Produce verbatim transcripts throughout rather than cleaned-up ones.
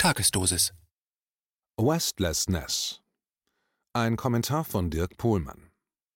Tagesdosis. Restlessness. Ein Kommentar von Dirk Pohlmann.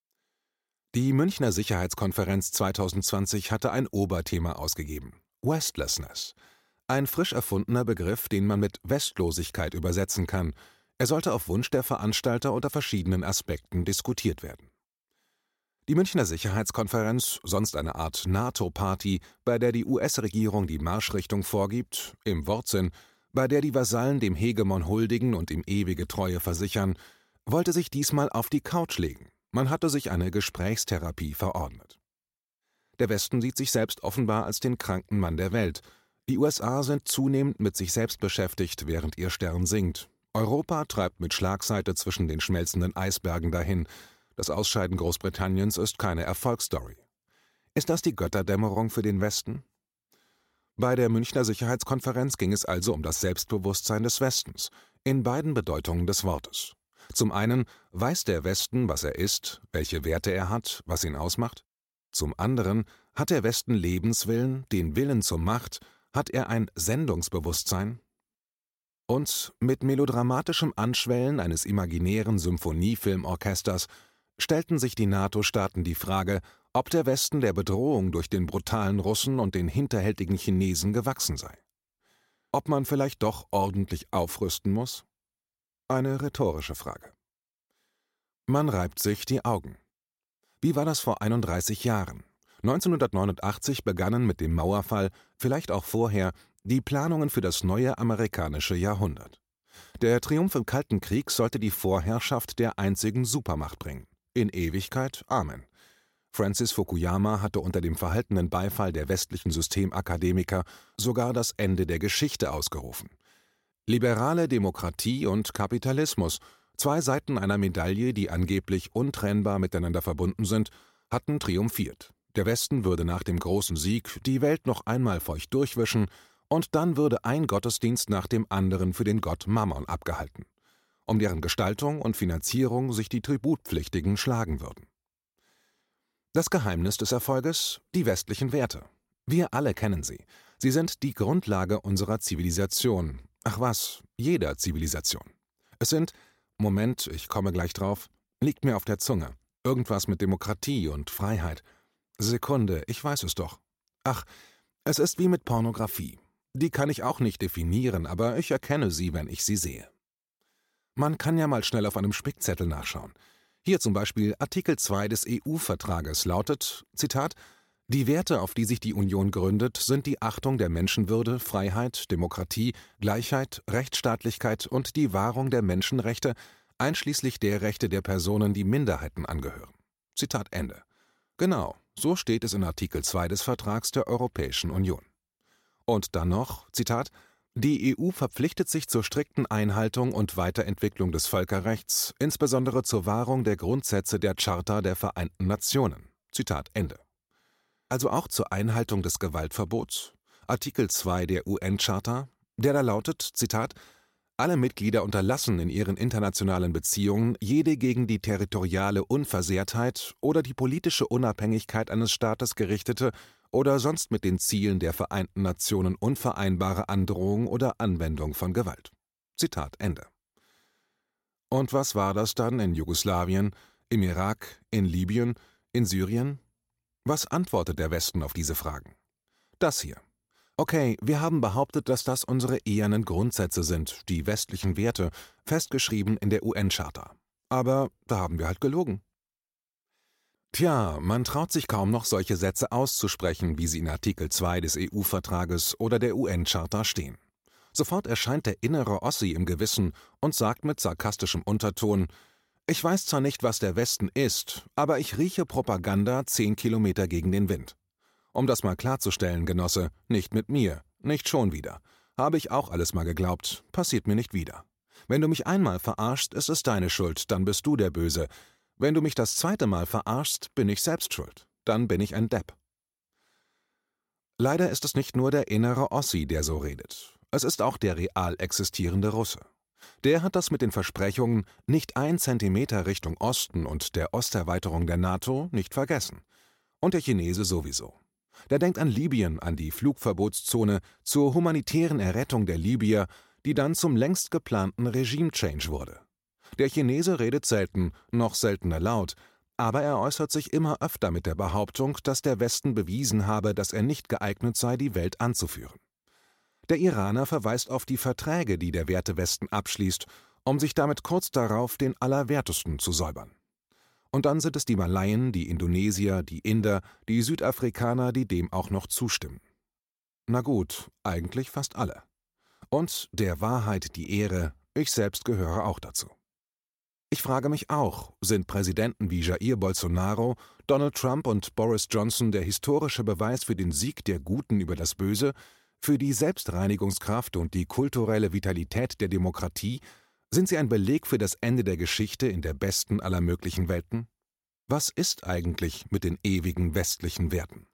Die Münchner Sicherheitskonferenz zweitausendzwanzig hatte ein Oberthema ausgegeben: Restlessness. Ein frisch erfundener Begriff, den man mit Westlosigkeit übersetzen kann. Er sollte auf Wunsch der Veranstalter unter verschiedenen Aspekten diskutiert werden. Die Münchner Sicherheitskonferenz, sonst eine Art NATO-Party, bei der die U S-Regierung die Marschrichtung vorgibt, im Wortsinn, bei der die Vasallen dem Hegemon huldigen und ihm ewige Treue versichern, wollte sich diesmal auf die Couch legen. Man hatte sich eine Gesprächstherapie verordnet. Der Westen sieht sich selbst offenbar als den kranken Mann der Welt. Die U S A sind zunehmend mit sich selbst beschäftigt, während ihr Stern sinkt. Europa treibt mit Schlagseite zwischen den schmelzenden Eisbergen dahin. Das Ausscheiden Großbritanniens ist keine Erfolgsstory. Ist das die Götterdämmerung für den Westen? Bei der Münchner Sicherheitskonferenz ging es also um das Selbstbewusstsein des Westens, in beiden Bedeutungen des Wortes. Zum einen weiß der Westen, was er ist, welche Werte er hat, was ihn ausmacht. Zum anderen hat der Westen Lebenswillen, den Willen zur Macht, hat er ein Sendungsbewusstsein? Und mit melodramatischem Anschwellen eines imaginären Symphoniefilmorchesters stellten sich die NATO-Staaten die Frage, ob der Westen der Bedrohung durch den brutalen Russen und den hinterhältigen Chinesen gewachsen sei. Ob man vielleicht doch ordentlich aufrüsten muss? Eine rhetorische Frage. Man reibt sich die Augen. Wie war das vor einunddreißig Jahren? neunzehnhundertneunundachtzig begannen mit dem Mauerfall, vielleicht auch vorher, die Planungen für das neue amerikanische Jahrhundert. Der Triumph im Kalten Krieg sollte die Vorherrschaft der einzigen Supermacht bringen. In Ewigkeit, Amen. Francis Fukuyama hatte unter dem verhaltenen Beifall der westlichen Systemakademiker sogar das Ende der Geschichte ausgerufen. Liberale Demokratie und Kapitalismus, zwei Seiten einer Medaille, die angeblich untrennbar miteinander verbunden sind, hatten triumphiert. Der Westen würde nach dem großen Sieg die Welt noch einmal feucht durchwischen, und dann würde ein Gottesdienst nach dem anderen für den Gott Mammon abgehalten. Um deren Gestaltung und Finanzierung sich die Tributpflichtigen schlagen würden. Das Geheimnis des Erfolges? Die westlichen Werte. Wir alle kennen sie. Sie sind die Grundlage unserer Zivilisation. Ach was, jeder Zivilisation. Es sind, Moment, ich komme gleich drauf, liegt mir auf der Zunge, irgendwas mit Demokratie und Freiheit. Sekunde, ich weiß es doch. Ach, es ist wie mit Pornografie. Die kann ich auch nicht definieren, aber ich erkenne sie, wenn ich sie sehe. Man kann ja mal schnell auf einem Spickzettel nachschauen. Hier zum Beispiel Artikel zwei des E U-Vertrages lautet, Zitat, die Werte, auf die sich die Union gründet, sind die Achtung der Menschenwürde, Freiheit, Demokratie, Gleichheit, Rechtsstaatlichkeit und die Wahrung der Menschenrechte, einschließlich der Rechte der Personen, die Minderheiten angehören. Zitat Ende. Genau, so steht es in Artikel zwei des Vertrags der Europäischen Union. Und dann noch, Zitat, die E U verpflichtet sich zur strikten Einhaltung und Weiterentwicklung des Völkerrechts, insbesondere zur Wahrung der Grundsätze der Charta der Vereinten Nationen. Zitat Ende. Also auch zur Einhaltung des Gewaltverbots, Artikel zwei der U N-Charta, der da lautet, Zitat, alle Mitglieder unterlassen in ihren internationalen Beziehungen jede gegen die territoriale Unversehrtheit oder die politische Unabhängigkeit eines Staates gerichtete oder sonst mit den Zielen der Vereinten Nationen unvereinbare Androhung oder Anwendung von Gewalt. Zitat Ende. Und was war das dann in Jugoslawien, im Irak, in Libyen, in Syrien? Was antwortet der Westen auf diese Fragen? Das hier. Okay, wir haben behauptet, dass das unsere ehernen Grundsätze sind, die westlichen Werte, festgeschrieben in der U N-Charta. Aber da haben wir halt gelogen. Tja, man traut sich kaum noch, solche Sätze auszusprechen, wie sie in Artikel zwei des E U-Vertrages oder der U N-Charta stehen. Sofort erscheint der innere Ossi im Gewissen und sagt mit sarkastischem Unterton, ich weiß zwar nicht, was der Westen ist, aber ich rieche Propaganda zehn Kilometer gegen den Wind. Um das mal klarzustellen, Genosse, nicht mit mir, nicht schon wieder. Habe ich auch alles mal geglaubt, passiert mir nicht wieder. Wenn du mich einmal verarschst, ist es deine Schuld, dann bist du der Böse. Wenn du mich das zweite Mal verarschst, bin ich selbst schuld. Dann bin ich ein Depp. Leider ist es nicht nur der innere Ossi, der so redet. Es ist auch der real existierende Russe. Der hat das mit den Versprechungen, nicht ein Zentimeter Richtung Osten und der Osterweiterung der NATO, nicht vergessen. Und der Chinese sowieso. Der denkt an Libyen, an die Flugverbotszone, zur humanitären Errettung der Libyer, die dann zum längst geplanten Regime-Change wurde. Der Chinese redet selten, noch seltener laut, aber er äußert sich immer öfter mit der Behauptung, dass der Westen bewiesen habe, dass er nicht geeignet sei, die Welt anzuführen. Der Iraner verweist auf die Verträge, die der Wertewesten abschließt, um sich damit kurz darauf den Allerwertesten zu säubern. Und dann sind es die Malaien, die Indonesier, die Inder, die Südafrikaner, die dem auch noch zustimmen. Na gut, eigentlich fast alle. Und der Wahrheit die Ehre, ich selbst gehöre auch dazu. Ich frage mich auch, sind Präsidenten wie Jair Bolsonaro, Donald Trump und Boris Johnson der historische Beweis für den Sieg der Guten über das Böse, für die Selbstreinigungskraft und die kulturelle Vitalität der Demokratie? Sind sie ein Beleg für das Ende der Geschichte in der besten aller möglichen Welten? Was ist eigentlich mit den ewigen westlichen Werten?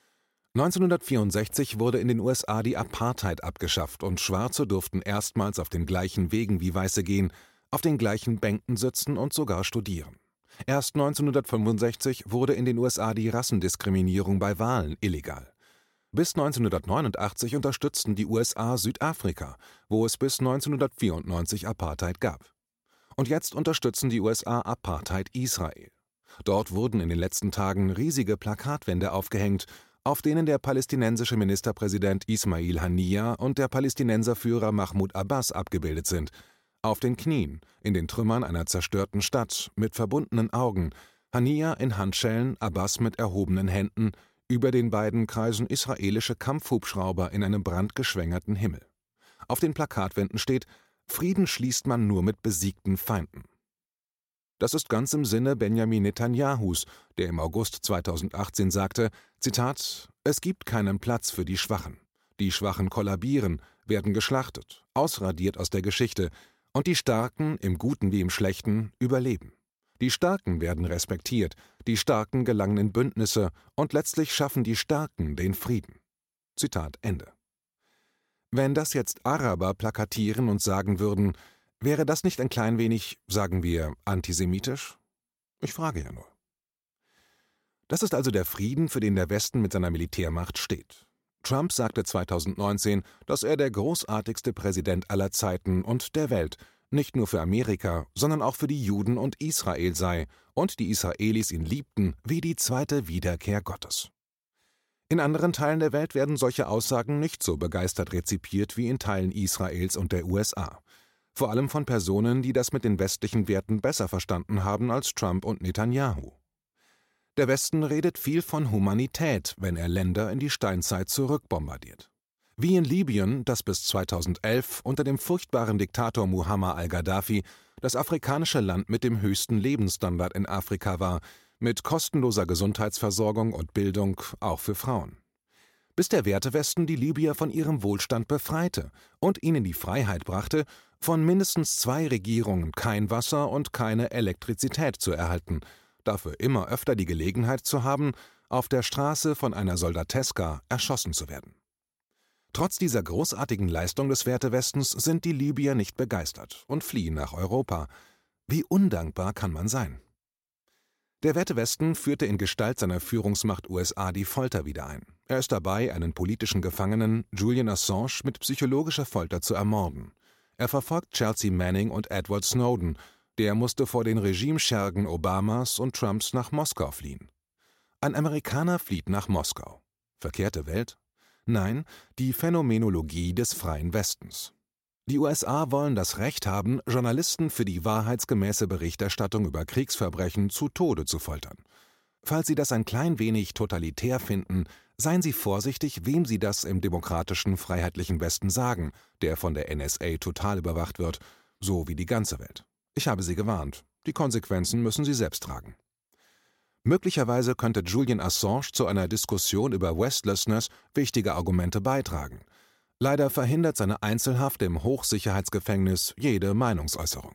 neunzehnhundertvierundsechzig wurde in den U S A die Apartheid abgeschafft und Schwarze durften erstmals auf den gleichen Wegen wie Weiße gehen, auf den gleichen Bänken sitzen und sogar studieren. Erst neunzehnhundertfünfundsechzig wurde in den U S A die Rassendiskriminierung bei Wahlen illegal. Bis neunzehnhundertneunundachtzig unterstützten die U S A Südafrika, wo es bis neunzehnhundertvierundneunzig Apartheid gab. Und jetzt unterstützen die U S A Apartheid Israel. Dort wurden in den letzten Tagen riesige Plakatwände aufgehängt, auf denen der palästinensische Ministerpräsident Ismail Haniyeh und der Palästinenserführer Mahmoud Abbas abgebildet sind. Auf den Knien, in den Trümmern einer zerstörten Stadt, mit verbundenen Augen, Haniyeh in Handschellen, Abbas mit erhobenen Händen, über den beiden kreisen israelische Kampfhubschrauber in einem brandgeschwängerten Himmel. Auf den Plakatwänden steht: Frieden schließt man nur mit besiegten Feinden. Das ist ganz im Sinne Benjamin Netanyahus, der im August zweitausendachtzehn sagte, Zitat, es gibt keinen Platz für die Schwachen. Die Schwachen kollabieren, werden geschlachtet, ausradiert aus der Geschichte, und die Starken, im Guten wie im Schlechten, überleben. Die Starken werden respektiert, die Starken gelangen in Bündnisse und letztlich schaffen die Starken den Frieden. Zitat Ende. Wenn das jetzt Araber plakatieren und sagen würden, wäre das nicht ein klein wenig, sagen wir, antisemitisch? Ich frage ja nur. Das ist also der Frieden, für den der Westen mit seiner Militärmacht steht. Trump sagte zweitausendneunzehn, dass er der großartigste Präsident aller Zeiten und der Welt, nicht nur für Amerika, sondern auch für die Juden und Israel sei und die Israelis ihn liebten wie die zweite Wiederkehr Gottes. In anderen Teilen der Welt werden solche Aussagen nicht so begeistert rezipiert wie in Teilen Israels und der U S A. Vor allem von Personen, die das mit den westlichen Werten besser verstanden haben als Trump und Netanyahu. Der Westen redet viel von Humanität, wenn er Länder in die Steinzeit zurückbombardiert. Wie in Libyen, das bis zweitausendelf unter dem furchtbaren Diktator Muammar al-Gaddafi das afrikanische Land mit dem höchsten Lebensstandard in Afrika war, mit kostenloser Gesundheitsversorgung und Bildung, auch für Frauen. Bis der Wertewesten die Libyer von ihrem Wohlstand befreite und ihnen die Freiheit brachte, von mindestens zwei Regierungen kein Wasser und keine Elektrizität zu erhalten, dafür immer öfter die Gelegenheit zu haben, auf der Straße von einer Soldateska erschossen zu werden. Trotz dieser großartigen Leistung des Wertewestens sind die Libyer nicht begeistert und fliehen nach Europa. Wie undankbar kann man sein? Der Wertewesten führte in Gestalt seiner Führungsmacht U S A die Folter wieder ein. Er ist dabei, einen politischen Gefangenen, Julian Assange, mit psychologischer Folter zu ermorden. Er verfolgt Chelsea Manning und Edward Snowden. Der musste vor den Regimeschergen Obamas und Trumps nach Moskau fliehen. Ein Amerikaner flieht nach Moskau. Verkehrte Welt? Nein, die Phänomenologie des freien Westens. Die U S A wollen das Recht haben, Journalisten für die wahrheitsgemäße Berichterstattung über Kriegsverbrechen zu Tode zu foltern. Falls Sie das ein klein wenig totalitär finden, seien Sie vorsichtig, wem Sie das im demokratischen, freiheitlichen Westen sagen, der von der N S A total überwacht wird, so wie die ganze Welt. Ich habe Sie gewarnt. Die Konsequenzen müssen Sie selbst tragen. Möglicherweise könnte Julian Assange zu einer Diskussion über Westlessness wichtige Argumente beitragen. Leider verhindert seine Einzelhaft im Hochsicherheitsgefängnis jede Meinungsäußerung.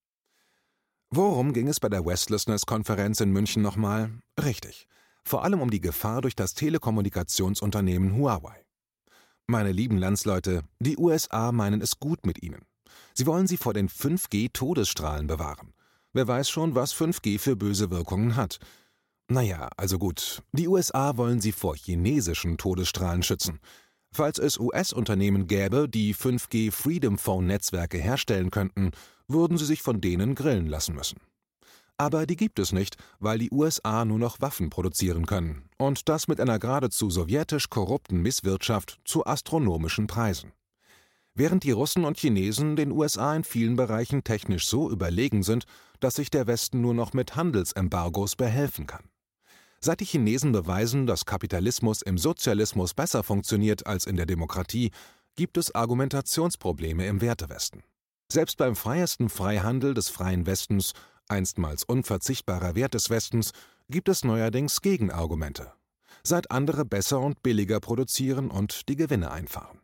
Worum ging es bei der Westlessness-Konferenz in München nochmal? Richtig, vor allem um die Gefahr durch das Telekommunikationsunternehmen Huawei. Meine lieben Landsleute, die U S A meinen es gut mit Ihnen. Sie wollen Sie vor den fünf G Todesstrahlen bewahren. Wer weiß schon, was fünf G für böse Wirkungen hat. Naja, also gut, die U S A wollen Sie vor chinesischen Todesstrahlen schützen. Falls es U S-Unternehmen gäbe, die fünf G Freedom Phone-Netzwerke herstellen könnten, würden sie sich von denen grillen lassen müssen. Aber die gibt es nicht, weil die U S A nur noch Waffen produzieren können, und das mit einer geradezu sowjetisch korrupten Misswirtschaft zu astronomischen Preisen. Während die Russen und Chinesen den U S A in vielen Bereichen technisch so überlegen sind, dass sich der Westen nur noch mit Handelsembargos behelfen kann. Seit die Chinesen beweisen, dass Kapitalismus im Sozialismus besser funktioniert als in der Demokratie, gibt es Argumentationsprobleme im Wertewesten. Selbst beim freiesten Freihandel des freien Westens, einstmals unverzichtbarer Wert des Westens, gibt es neuerdings Gegenargumente, seit andere besser und billiger produzieren und die Gewinne einfahren.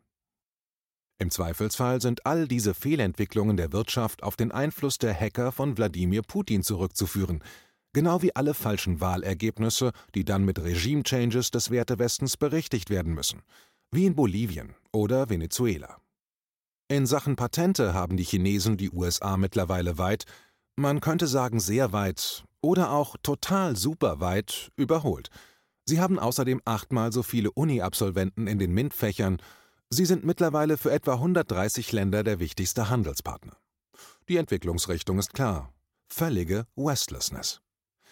Im Zweifelsfall sind all diese Fehlentwicklungen der Wirtschaft auf den Einfluss der Hacker von Wladimir Putin zurückzuführen, genau wie alle falschen Wahlergebnisse, die dann mit Regime-Changes des Wertewestens berichtigt werden müssen, wie in Bolivien oder Venezuela. In Sachen Patente haben die Chinesen die U S A mittlerweile weit, man könnte sagen sehr weit oder auch total super weit überholt. Sie haben außerdem achtmal so viele Uni-Absolventen in den MINT-Fächern. Sie sind mittlerweile für etwa hundertdreißig Länder der wichtigste Handelspartner. Die Entwicklungsrichtung ist klar: völlige Westlessness.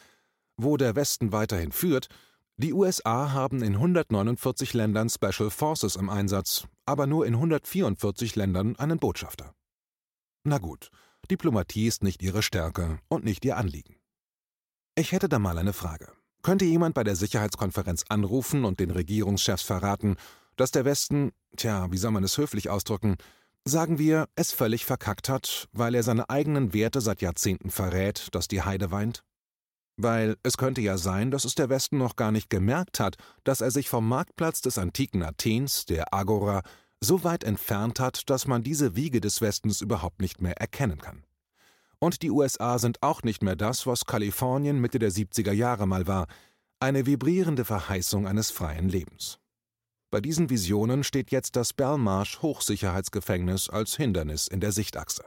Wo der Westen weiterhin führt: die U S A haben in hundertneunundvierzig Ländern Special Forces im Einsatz, aber nur in hundertvierundvierzig Ländern einen Botschafter. Na gut, Diplomatie ist nicht ihre Stärke und nicht ihr Anliegen. Ich hätte da mal eine Frage. Könnte jemand bei der Sicherheitskonferenz anrufen und den Regierungschefs verraten, dass der Westen, tja, wie soll man es höflich ausdrücken, sagen wir, es völlig verkackt hat, weil er seine eigenen Werte seit Jahrzehnten verrät, dass die Heide weint? Weil es könnte ja sein, dass es der Westen noch gar nicht gemerkt hat, dass er sich vom Marktplatz des antiken Athens, der Agora, so weit entfernt hat, dass man diese Wiege des Westens überhaupt nicht mehr erkennen kann. Und die U S A sind auch nicht mehr das, was Kalifornien Mitte der siebziger Jahre mal war, eine vibrierende Verheißung eines freien Lebens. Bei diesen Visionen steht jetzt das Belmarsh Hochsicherheitsgefängnis als Hindernis in der Sichtachse.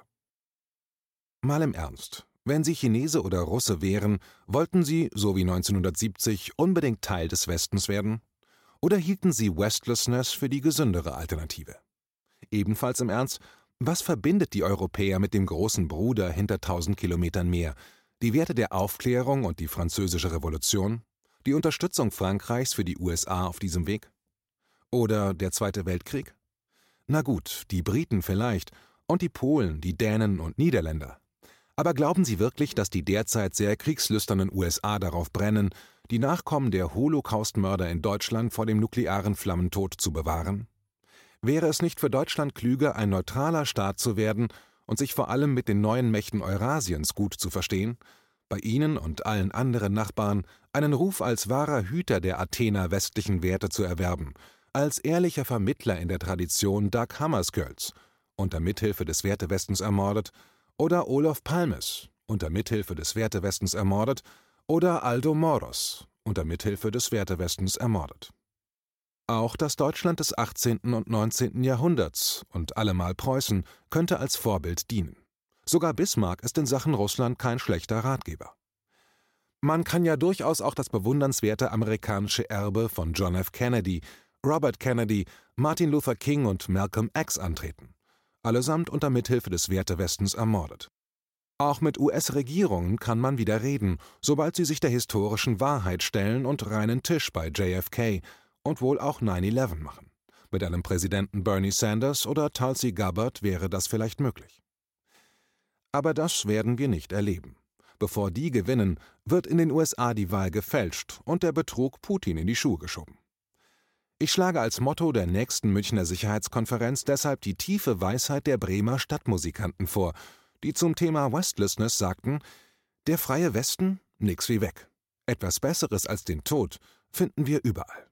Mal im Ernst: Wenn Sie Chinese oder Russe wären, wollten Sie, so wie neunzehnhundertsiebzig, unbedingt Teil des Westens werden? Oder hielten Sie Westlessness für die gesündere Alternative? Ebenfalls im Ernst: Was verbindet die Europäer mit dem großen Bruder hinter tausend Kilometern Meer? Die Werte der Aufklärung und die Französische Revolution? Die Unterstützung Frankreichs für die U S A auf diesem Weg? Oder der Zweite Weltkrieg? Na gut, die Briten vielleicht und die Polen, die Dänen und Niederländer. Aber glauben Sie wirklich, dass die derzeit sehr kriegslüsternen U S A darauf brennen, die Nachkommen der Holocaust-Mörder in Deutschland vor dem nuklearen Flammentod zu bewahren? Wäre es nicht für Deutschland klüger, ein neutraler Staat zu werden und sich vor allem mit den neuen Mächten Eurasiens gut zu verstehen, bei Ihnen und allen anderen Nachbarn einen Ruf als wahrer Hüter der Athener westlichen Werte zu erwerben, als ehrlicher Vermittler in der Tradition Dag Hammarskjölds, unter Mithilfe des Wertewestens ermordet, oder Olof Palmes, unter Mithilfe des Wertewestens ermordet, oder Aldo Moros, unter Mithilfe des Wertewestens ermordet. Auch das Deutschland des achtzehnten und neunzehnten Jahrhunderts und allemal Preußen könnte als Vorbild dienen. Sogar Bismarck ist in Sachen Russland kein schlechter Ratgeber. Man kann ja durchaus auch das bewundernswerte amerikanische Erbe von John F. Kennedy, Robert Kennedy, Martin Luther King und Malcolm X antreten, allesamt unter Mithilfe des Wertewestens ermordet. Auch mit U S-Regierungen kann man wieder reden, sobald sie sich der historischen Wahrheit stellen und reinen Tisch bei J F K und wohl auch neun elf machen. Mit einem Präsidenten Bernie Sanders oder Tulsi Gabbard wäre das vielleicht möglich. Aber das werden wir nicht erleben. Bevor die gewinnen, wird in den U S A die Wahl gefälscht und der Betrug Putin in die Schuhe geschoben. Ich schlage als Motto der nächsten Münchner Sicherheitskonferenz deshalb die tiefe Weisheit der Bremer Stadtmusikanten vor, die zum Thema Westlessness sagten: Der freie Westen, nix wie weg. Etwas Besseres als den Tod finden wir überall.